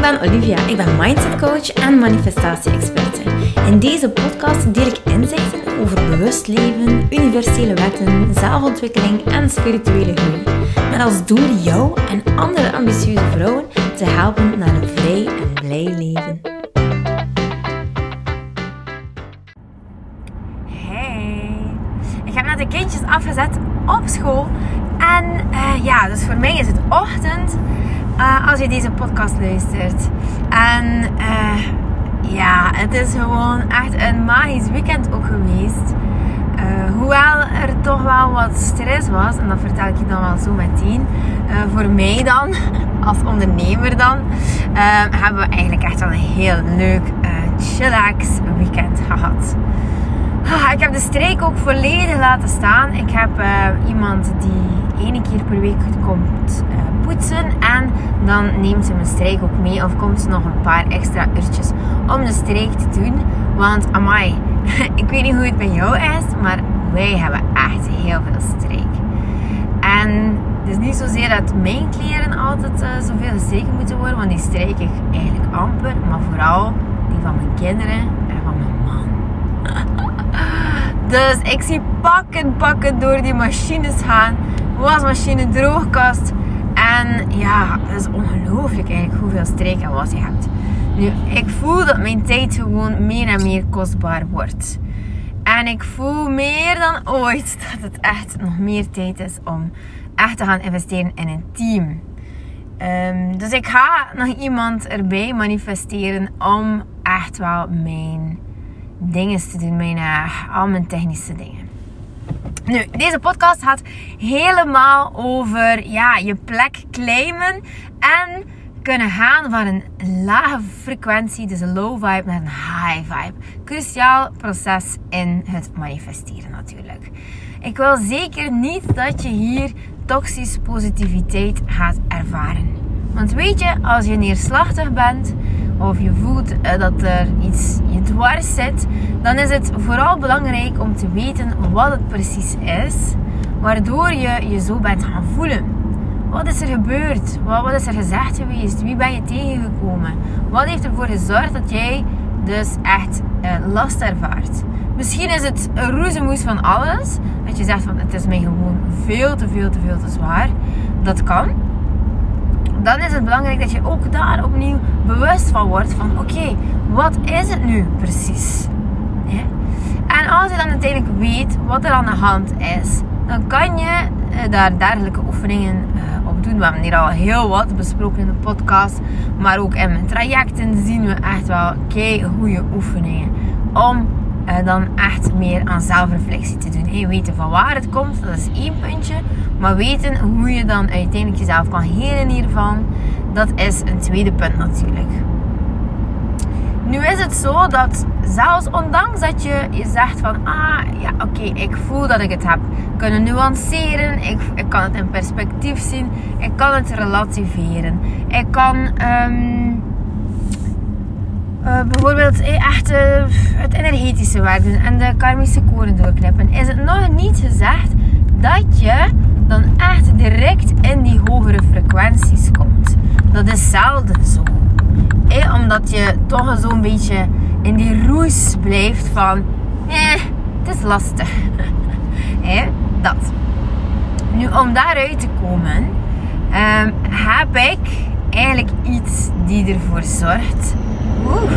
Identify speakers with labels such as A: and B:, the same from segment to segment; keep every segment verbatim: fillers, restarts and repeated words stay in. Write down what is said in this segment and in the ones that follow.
A: ben Olivia, ik ben mindset coach en manifestatie-experte. In deze podcast deel ik inzichten over bewust leven, universele wetten, zelfontwikkeling en spirituele groei. Met als doel jou en andere ambitieuze vrouwen te helpen naar een vrij en blij leven.
B: Hey, ik heb net de kindjes afgezet op school. En uh, ja, dus voor mij is het ochtend uh, als je deze podcast luistert. En uh, ja, het is gewoon echt een magisch weekend ook geweest. Uh, hoewel er toch wel wat stress was, en dat vertel ik je dan wel zo meteen. Uh, voor mij dan, als ondernemer dan, uh, hebben we eigenlijk echt wel een heel leuk, uh, chillax weekend gehad. Ah, ik heb de streek ook volledig laten staan. Ik heb uh, iemand die één keer per week komt uh, poetsen. En dan neemt ze mijn streek ook mee. Of komt ze nog een paar extra uurtjes om de streek te doen. Want amai, ik weet niet hoe het bij jou is. Maar wij hebben echt heel veel streek. En het is niet zozeer dat mijn kleren altijd uh, zoveel gestreken moeten worden. Want die streek ik eigenlijk amper. Maar vooral die van mijn kinderen en van mijn man. Dus ik zie pakken, pakken door die machines gaan. Wasmachine, droogkast. En ja, het is ongelooflijk eigenlijk hoeveel streek en was je hebt. Nu, ik voel dat mijn tijd gewoon meer en meer kostbaar wordt. En ik voel meer dan ooit dat het echt nog meer tijd is om echt te gaan investeren in een team. Um, dus ik ga nog iemand erbij manifesteren om echt wel mijn dingen te doen, mijn, uh, al mijn technische dingen. Nu, deze podcast gaat helemaal over ja, je plek claimen en kunnen gaan van een lage frequentie, dus een low vibe, naar een high vibe. Cruciaal proces in het manifesteren natuurlijk. Ik wil zeker niet dat je hier toxische positiviteit gaat ervaren. Want weet je, als je neerslachtig bent of je voelt dat er iets je dwars zit, dan is het vooral belangrijk om te weten wat het precies is, waardoor je je zo bent gaan voelen. Wat is er gebeurd? Wat, wat is er gezegd geweest? Wie ben je tegengekomen? Wat heeft ervoor gezorgd dat jij dus echt uh, last ervaart? Misschien is het een roezemoes van alles. Dat je zegt van het is mij gewoon veel te veel te veel te zwaar. Dat kan. Dan is het belangrijk dat je ook daar opnieuw bewust van wordt van oké, okay, wat is het nu precies? Ja? En als je dan uiteindelijk weet wat er aan de hand is, dan kan je uh, daar dergelijke oefeningen uh, op doen. We hebben hier al heel wat besproken in de podcast, maar ook in mijn trajecten zien we echt wel kei goede oefeningen om uh, dan echt meer aan zelfreflectie te doen. Hey, weten van waar het komt, dat is één puntje. Maar weten hoe je dan uiteindelijk jezelf kan helen hiervan, dat is een tweede punt natuurlijk. Nu is het zo dat zelfs ondanks dat je, je zegt van ah ja oké, okay, ik voel dat ik het heb kunnen nuanceren, ik, ik kan het in perspectief zien, ik kan het relativeren, ik kan um, uh, bijvoorbeeld echt uh, het energetische werk doen en de karmische koren doorknippen, is het nog niet gezegd dat je dan echt direct in die hogere frequenties komt. Dat is zelden zo. Eh, omdat je toch zo'n beetje in die roes blijft van eh, het is lastig. eh, dat. Nu, om daaruit te komen, um, heb ik eigenlijk iets die ervoor zorgt, oef,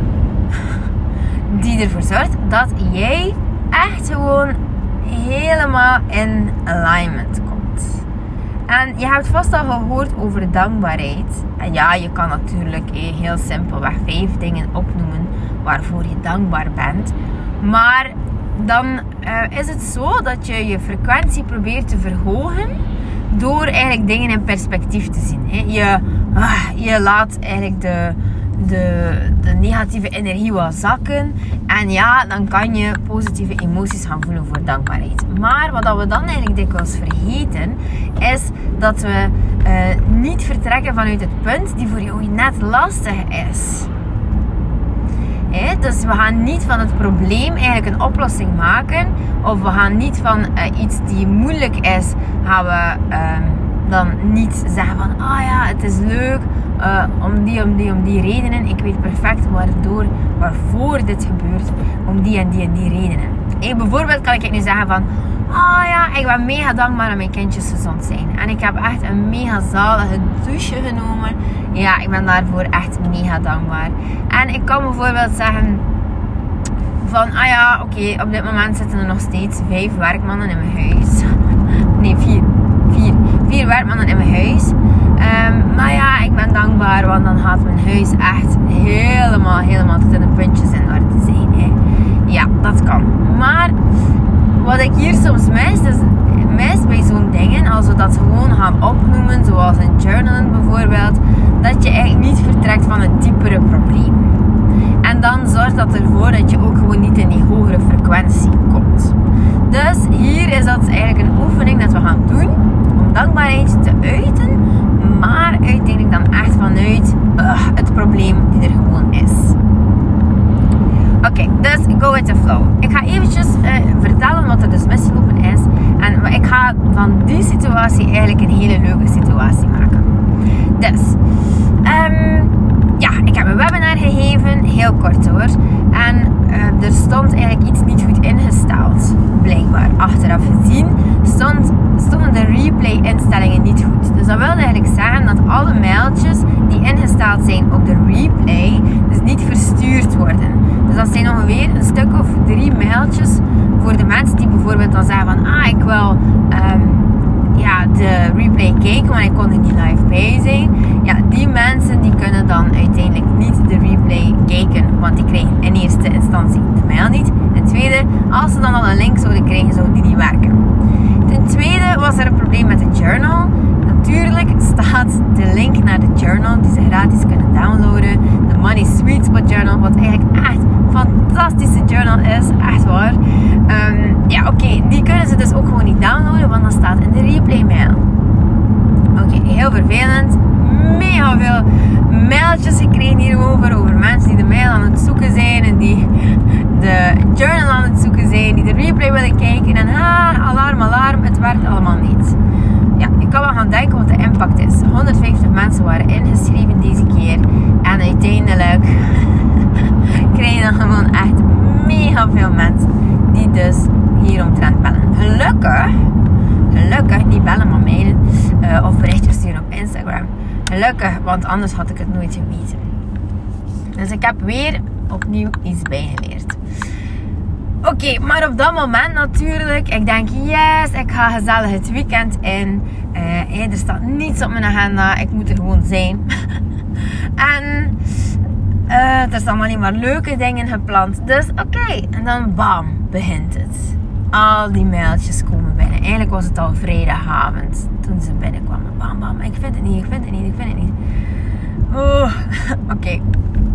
B: die ervoor zorgt dat jij echt gewoon helemaal in alignment komt. En je hebt vast al gehoord over dankbaarheid. En ja, je kan natuurlijk heel simpelweg vijf dingen opnoemen waarvoor je dankbaar bent. Maar dan uh, is het zo dat je je frequentie probeert te verhogen door eigenlijk dingen in perspectief te zien. Hè. Je, uh, je laat eigenlijk de, de, de negatieve energie wat zakken. En ja, dan kan je positieve emoties gaan voelen voor dankbaarheid. Maar wat we dan eigenlijk dikwijls vergeten, is dat we uh, niet vertrekken vanuit het punt die voor jou net lastig is. He, dus we gaan niet van het probleem eigenlijk een oplossing maken. Of we gaan niet van uh, iets die moeilijk is, gaan we uh, dan niet zeggen van, ah ja, het is leuk Uh, om die, om die, om die redenen. Ik weet perfect waardoor, waarvoor dit gebeurt. Om die en die en die redenen. Hey, bijvoorbeeld kan ik nu zeggen van... Oh ja, ik ben mega dankbaar dat mijn kindjes gezond zijn. En ik heb echt een mega zalige douche genomen. Ja, ik ben daarvoor echt mega dankbaar. En ik kan bijvoorbeeld zeggen... Van, ah ja, oké, okay, op dit moment zitten er nog steeds vijf werkmannen in mijn huis. Nee, vier. Vier. Vier werkmannen in mijn huis. Um, maar ja, ik ben dankbaar, want dan gaat mijn huis echt helemaal, helemaal tot in de puntjes in orde zijn. Hè. Ja, dat kan. Maar wat ik hier soms mis, dus mis bij zo'n dingen, als we dat gewoon gaan opnoemen, zoals in journalen bijvoorbeeld, dat je eigenlijk niet vertrekt van het diepere probleem. En dan zorgt dat ervoor dat je ook gewoon niet in die hogere frequentie komt. Dus hier is dat eigenlijk een oefening dat we gaan doen om dankbaarheid te uiten, maar uiteindelijk dan echt vanuit uh, het probleem die er gewoon is. Oké, okay, dus go with the flow. Ik ga eventjes uh, vertellen wat er dus misgelopen is. En ik ga van die situatie eigenlijk een hele leuke situatie maken. Dus, um, ja, ik heb een webinar gegeven, heel kort hoor. En uh, er stond eigenlijk iets niet goed ingesteld. Blijkbaar, achteraf gezien, stond, stonden de replay-instellingen niet goed. Dus dat wil eigenlijk zeggen dat alle mailtjes die ingesteld zijn op de replay, dus niet verstuurd worden. Dus dat zijn ongeveer een stuk of drie mailtjes voor de mensen die bijvoorbeeld dan zeggen van, ah, ik wil um, ja, de replay kijken, maar ik kon er niet live bij zijn. Ja, die mensen die kunnen dan uiteindelijk niet de replay kijken, want die krijgen in eerste instantie de mail niet. Ten tweede, als ze dan al een link zouden krijgen, zou die niet werken. Ten tweede was er een probleem met de journal. Natuurlijk staat de link naar de journal die ze gratis kunnen downloaden. De Money Sweet Spot Journal, wat eigenlijk echt een fantastische journal is. Echt waar. Um, ja, oké. Okay, die kunnen ze dus ook gewoon niet downloaden, want dat staat in de replay mail. Oké, okay, heel vervelend. Mega veel mailtjes gekregen hierover. Over mensen die de mail aan het zoeken zijn. En die de journal aan het zoeken zijn. Die de replay willen kijken. En ah, alarm, alarm. Het werkt allemaal niet. Ja, ik kan wel gaan denken wat de impact is. honderdvijftig mensen waren ingeschreven deze keer. En uiteindelijk krijgen dan gewoon echt mega veel mensen. Die dus hieromtrent bellen. Gelukkig. Gelukkig, niet bellen maar mailen. Uh, of berichtjes sturen op Instagram. Gelukkig, want anders had ik het nooit geweten. Dus ik heb weer opnieuw iets bijgeleerd. Oké, okay, maar op dat moment natuurlijk, ik denk, yes, ik ga gezellig het weekend in. Uh, hey, er staat niets op mijn agenda, ik moet er gewoon zijn. En uh, er staan alleen maar leuke dingen gepland. Dus oké, okay. En dan bam, begint het. Al die mailtjes komen binnen. Eigenlijk was het al vrijdagavond toen ze binnenkwamen. Bam, bam. Ik vind het niet, ik vind het niet, ik vind het niet. Oeh, oké. Okay.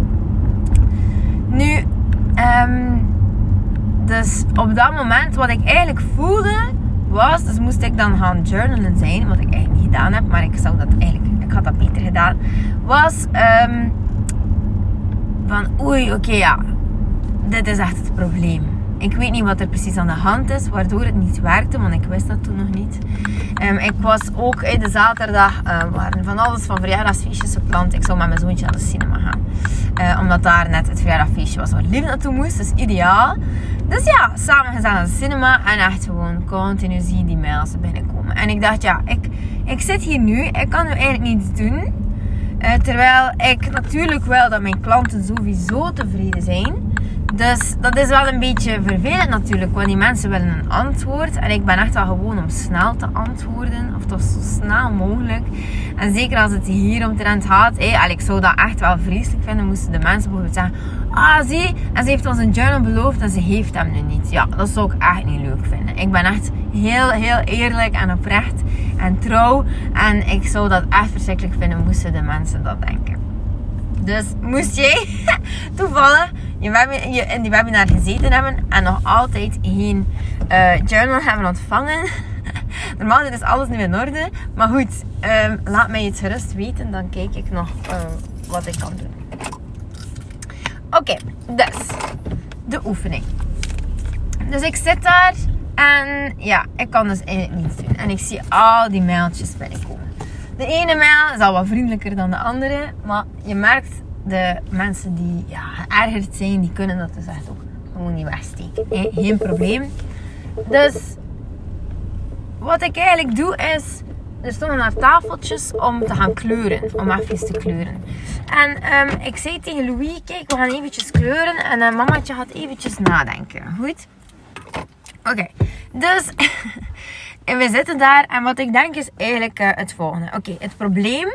B: Nu, um, dus op dat moment wat ik eigenlijk voelde was, dus moest ik dan gaan journalen zijn, wat ik eigenlijk niet gedaan heb, maar ik zou dat eigenlijk, ik had dat beter gedaan, was um, van oei, oké okay, ja, dit is echt het probleem. Ik weet niet wat er precies aan de hand is, waardoor het niet werkte, want ik wist dat toen nog niet. Um, ik was ook in de zaterdag, uh, waren van alles van verjaardagsfeestjes gepland. Ik zou met mijn zoontje naar de cinema gaan. Uh, omdat daar net het verjaardagsfeestje was waar Lief naartoe moest, dus ideaal. Dus ja, samen gegaan naar de cinema en echt gewoon continu zie die mails binnenkomen. En ik dacht, ja, ik, ik zit hier nu, ik kan nu eigenlijk niets doen. Uh, terwijl ik natuurlijk wil dat mijn klanten sowieso tevreden zijn. Dus dat is wel een beetje vervelend natuurlijk, want die mensen willen een antwoord. En ik ben echt wel gewoon om snel te antwoorden, of toch zo snel mogelijk. En zeker als het hier omtrent gaat, hey, ik zou dat echt wel vreselijk vinden, moesten de mensen bijvoorbeeld zeggen, ah zie, en ze heeft ons een journal beloofd en ze heeft hem nu niet. Ja, dat zou ik echt niet leuk vinden. Ik ben echt heel, heel eerlijk en oprecht en trouw. En ik zou dat echt verschrikkelijk vinden, moesten de mensen dat denken. Dus moest jij toevallig je webinar, je in die webinar gezeten hebben en nog altijd geen uh, journal hebben ontvangen. Normaal is alles nu in orde. Maar goed, um, laat mij het gerust weten. Dan kijk ik nog uh, wat ik kan doen. Oké, okay, dus de oefening. Dus ik zit daar en ja, ik kan dus eigenlijk niets doen. En ik zie al die mailtjes binnenkomen. De ene mail is al wat vriendelijker dan de andere. Maar je merkt de mensen die ja, geërgerd zijn, die kunnen dat dus echt ook gewoon niet wegsteken. Hè? Geen probleem. Dus wat ik eigenlijk doe is, er stonden daar tafeltjes om te gaan kleuren. Om even te kleuren. En um, ik zei tegen Louis, kijk, we gaan eventjes kleuren. En uh, mamaatje gaat eventjes nadenken. Goed? Oké. Okay. Dus, en we zitten daar. En wat ik denk is eigenlijk uh, het volgende. Oké, okay, het probleem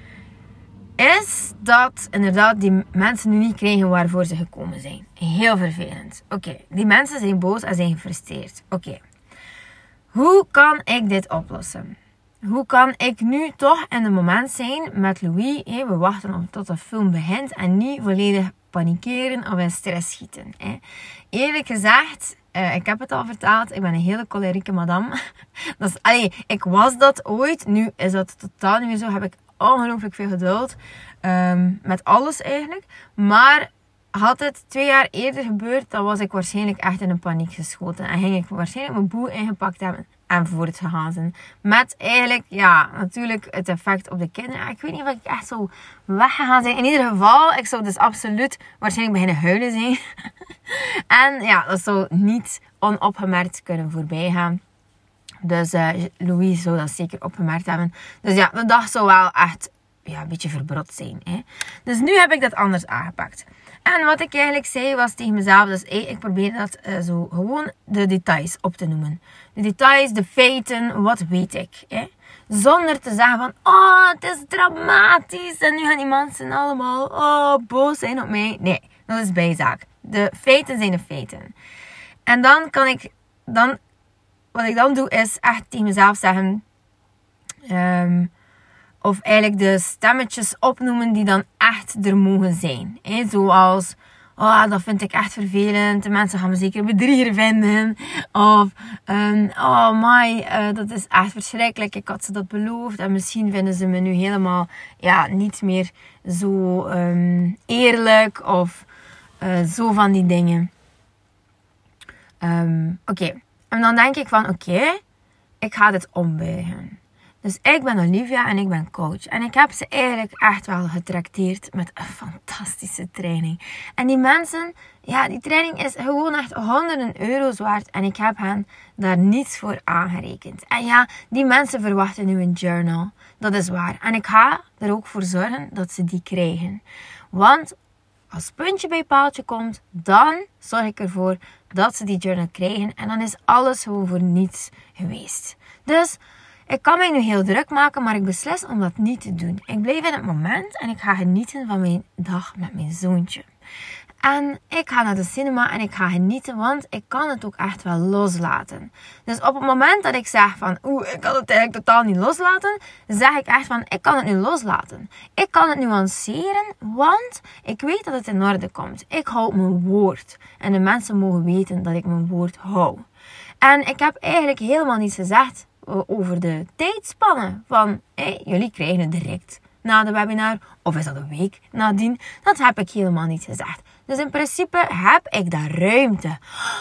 B: is dat inderdaad die mensen nu niet krijgen waarvoor ze gekomen zijn. Heel vervelend. Oké, okay. Die mensen zijn boos en zijn gefrustreerd. Oké. Okay. Hoe kan ik dit oplossen? Hoe kan ik nu toch in het moment zijn met Louis? Hé, we wachten op tot de film begint en niet volledig panikeren of in stress schieten. Hé. Eerlijk gezegd, uh, ik heb het al verteld, ik ben een hele cholerieke madame. Dat is, allee, ik was dat ooit, nu is dat totaal niet meer zo. Heb ik ongelooflijk veel geduld. Um, met alles eigenlijk. Maar had het twee jaar eerder gebeurd, dan was ik waarschijnlijk echt in een paniek geschoten. En ging ik waarschijnlijk mijn boel ingepakt hebben en voortgegaan zijn. Met eigenlijk, ja, natuurlijk het effect op de kinderen. Ik weet niet of ik echt zo weggegaan zijn. In ieder geval, ik zou dus absoluut waarschijnlijk beginnen huilen zijn. En ja, dat zou niet onopgemerkt kunnen voorbij gaan. Dus uh, Louis zou dat zeker opgemerkt hebben. Dus ja, de dag zou wel echt ja, een beetje verbrot zijn. Hè? Dus nu heb ik dat anders aangepakt. En wat ik eigenlijk zei was tegen mezelf, dus hey, ik probeer dat uh, zo gewoon de details op te noemen. De details, de feiten, wat weet ik. Hè? Zonder te zeggen van, oh, het is dramatisch en nu gaan die mensen allemaal oh, boos zijn op mij. Nee, dat is bijzaak. De feiten zijn de feiten. En dan kan ik, dan, wat ik dan doe is echt tegen mezelf zeggen, um, of eigenlijk de stemmetjes opnoemen die dan echt er mogen zijn. He, zoals, oh, dat vind ik echt vervelend. De mensen gaan me zeker een bedrieger vinden. Of, um, oh my, uh, dat is echt verschrikkelijk. Ik had ze dat beloofd. En misschien vinden ze me nu helemaal ja, niet meer zo um, eerlijk. Of uh, zo van die dingen. Um, oké. Okay. En dan denk ik van, oké, okay, ik ga dit ombuigen. Dus ik ben Olivia en ik ben coach. En ik heb ze eigenlijk echt wel getrakteerd met een fantastische training. En die mensen, ja, die training is gewoon echt honderden euro's waard. En ik heb hen daar niets voor aangerekend. En ja, die mensen verwachten nu een journal. Dat is waar. En ik ga er ook voor zorgen dat ze die krijgen. Want als puntje bij paaltje komt, dan zorg ik ervoor dat ze die journal krijgen. En dan is alles gewoon voor niets geweest. Dus ik kan mij nu heel druk maken, maar ik beslis om dat niet te doen. Ik blijf in het moment en ik ga genieten van mijn dag met mijn zoontje. En ik ga naar de cinema en ik ga genieten, want ik kan het ook echt wel loslaten. Dus op het moment dat ik zeg van, oeh, ik kan het eigenlijk totaal niet loslaten, zeg ik echt van, ik kan het nu loslaten. Ik kan het nuanceren, want ik weet dat het in orde komt. Ik hou mijn woord. En de mensen mogen weten dat ik mijn woord hou. En ik heb eigenlijk helemaal niets gezegd over de tijdspannen van, hey, jullie krijgen het direct na de webinar, of is dat een week nadien? Dat heb ik helemaal niet gezegd. Dus in principe heb ik daar ruimte.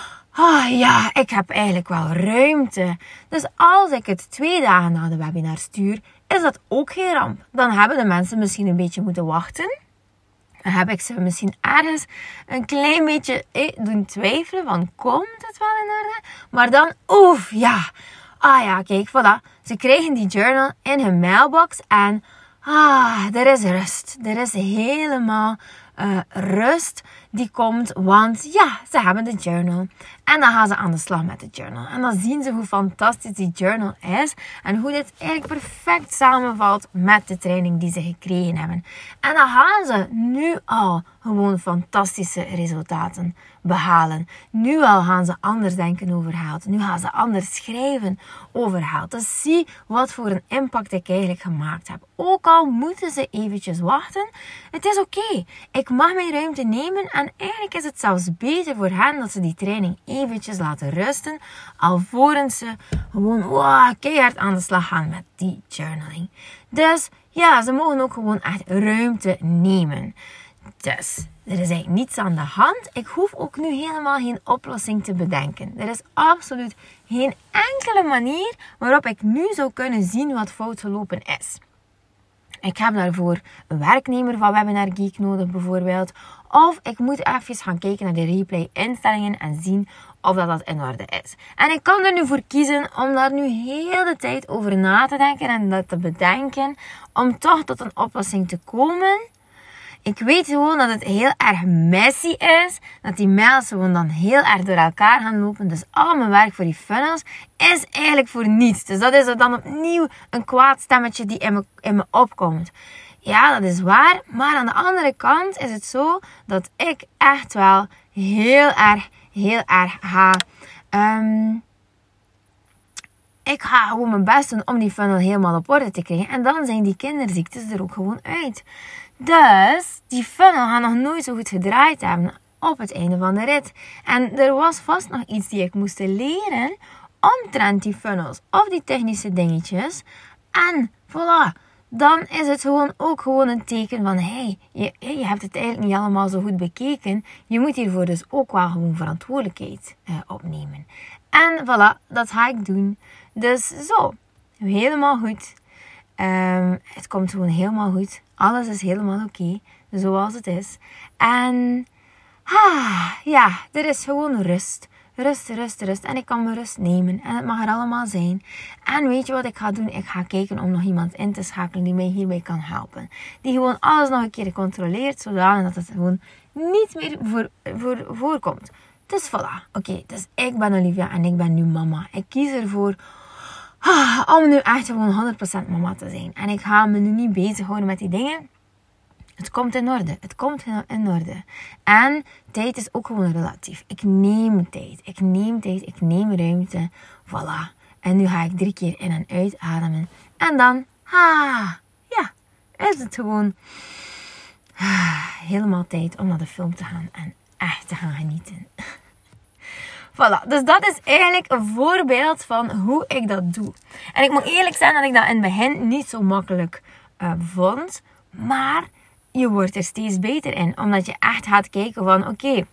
B: Oh ja, ik heb eigenlijk wel ruimte. Dus als ik het twee dagen na de webinar stuur, is dat ook geen ramp. Dan hebben de mensen misschien een beetje moeten wachten. Dan heb ik ze misschien ergens een klein beetje eh, doen twijfelen van, komt het wel in orde? Maar dan, oef, ja. Ah ja, kijk, voilà. Ze krijgen die journal in hun mailbox en ah, er is rust. Er is helemaal uh, rust die komt, want ja, ze hebben de journal. En dan gaan ze aan de slag met de journal. En dan zien ze hoe fantastisch die journal is en hoe dit eigenlijk perfect samenvalt met de training die ze gekregen hebben. En dan gaan ze nu al gewoon fantastische resultaten behalen. Nu al gaan ze anders denken over geld. Nu gaan ze anders schrijven over geld. Dus zie wat voor een impact ik eigenlijk gemaakt heb. Ook al moeten ze eventjes wachten. Het is oké. Okay. Ik mag mijn ruimte nemen. En eigenlijk is het zelfs beter voor hen dat ze die training eventjes laten rusten. Alvorens ze gewoon wow, keihard aan de slag gaan met die journaling. Dus ja, ze mogen ook gewoon echt ruimte nemen. Dus er is eigenlijk niets aan de hand. Ik hoef ook nu helemaal geen oplossing te bedenken. Er is absoluut geen enkele manier waarop ik nu zou kunnen zien wat fout gelopen is. ik heb daarvoor een werknemer van Webinar Geek nodig bijvoorbeeld. Of ik moet even gaan kijken naar de replay instellingen en zien of dat, dat in orde is. En ik kan er nu voor kiezen om daar nu heel de tijd over na te denken en dat te bedenken. Om toch tot een oplossing te komen. Ik weet gewoon dat het heel erg messy is. Dat die mails gewoon dan heel erg door elkaar gaan lopen. Dus al mijn werk voor die funnels is eigenlijk voor niets. Dus dat is er dan opnieuw een kwaad stemmetje die in me, in me opkomt. Ja, dat is waar. Maar aan de andere kant is het zo dat ik echt wel heel erg, heel erg ga... Um, ik ga gewoon mijn best doen om die funnel helemaal op orde te krijgen. En dan zijn die kinderziektes er ook gewoon uit. Dus die funnel gaat nog nooit zo goed gedraaid hebben op het einde van de rit. En er was vast nog iets die ik moest leren omtrent die funnels of die technische dingetjes. En voilà, dan is het gewoon ook gewoon een teken van hey, je, je hebt het eigenlijk niet allemaal zo goed bekeken. Je moet hiervoor dus ook wel gewoon verantwoordelijkheid uh, opnemen. En voilà, dat ga ik doen. Dus zo, helemaal goed. Um, het komt gewoon helemaal goed. Alles is helemaal oké, okay, zoals het is. En ah, ja, er is gewoon rust. Rust, rust, rust. En ik kan mijn rust nemen. En het mag er allemaal zijn. En weet je wat ik ga doen? Ik ga kijken om nog iemand in te schakelen die mij hierbij kan helpen. Die gewoon alles nog een keer controleert, zodat het gewoon niet meer voor, voor, voorkomt. Dus voilà. Oké, okay, dus ik ben Olivia en ik ben nu mama. Ik kies ervoor ah, om nu echt gewoon honderd procent mama te zijn. En ik ga me nu niet bezighouden met die dingen. Het komt in orde. Het komt in orde. En tijd is ook gewoon relatief. Ik neem tijd. Ik neem tijd. Ik neem ruimte. Voilà. En nu ga ik drie keer in en uit ademen. En dan, ah, ja, is het gewoon ah, helemaal tijd om naar de film te gaan. En echt te gaan genieten. Voilà, dus dat is eigenlijk een voorbeeld van hoe ik dat doe. En ik moet eerlijk zijn dat ik dat in het begin niet zo makkelijk uh, vond. Maar je wordt er steeds beter in. Omdat je echt gaat kijken van, oké, okay,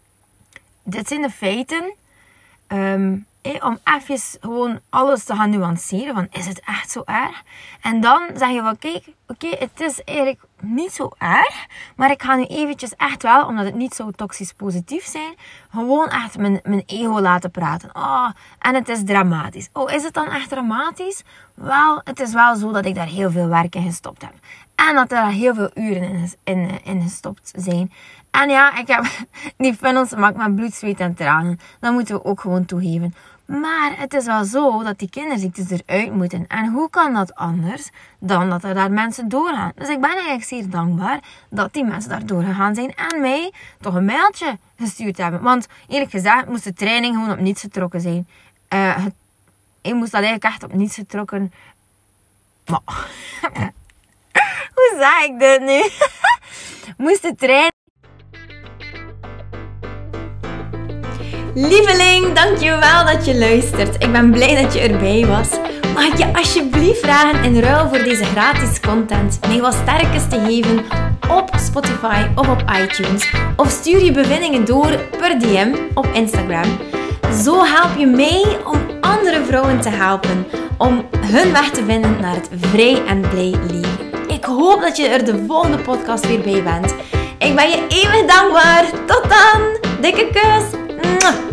B: dit zijn de feiten. Um, hey, om even gewoon alles te gaan nuanceren. Van, is het echt zo erg? En dan zeg je van, kijk, oké, okay, het is eigenlijk niet zo erg. Maar ik ga nu eventjes echt wel, omdat het niet zo toxisch positief zijn, gewoon echt mijn, mijn ego laten praten. Oh, en het is dramatisch. Oh, is het dan echt dramatisch? Wel, het is wel zo dat ik daar heel veel werk in gestopt heb. En dat er heel veel uren in, in, in gestopt zijn. En ja, ik heb die funnels gemaakt met bloed, zweet en tranen. Dat moeten we ook gewoon toegeven. Maar het is wel zo dat die kinderziektes eruit moeten. En hoe kan dat anders dan dat er daar mensen doorgaan? Dus ik ben eigenlijk zeer dankbaar dat die mensen daar doorgegaan zijn. En mij toch een mailtje gestuurd hebben. Want eerlijk gezegd moest de training gewoon op niets getrokken zijn. Uh, het, ik moest dat eigenlijk echt op niets getrokken. Maar... Hoe zeg ik dit nu? Moest de trein...
A: Lieveling, dankjewel dat je luistert. Ik ben blij dat je erbij was. Mag ik je alsjeblieft vragen in ruil voor deze gratis content mij wat sterkes te geven op Spotify of op iTunes. Of stuur je bevindingen door per D M op Instagram. Zo help je mij om andere vrouwen te helpen. Om hun weg te vinden naar het vrij en blij leven. Ik hoop dat je er de volgende podcast weer bij bent. Ik ben je eeuwig dankbaar. Tot dan. Dikke kus. Mwah.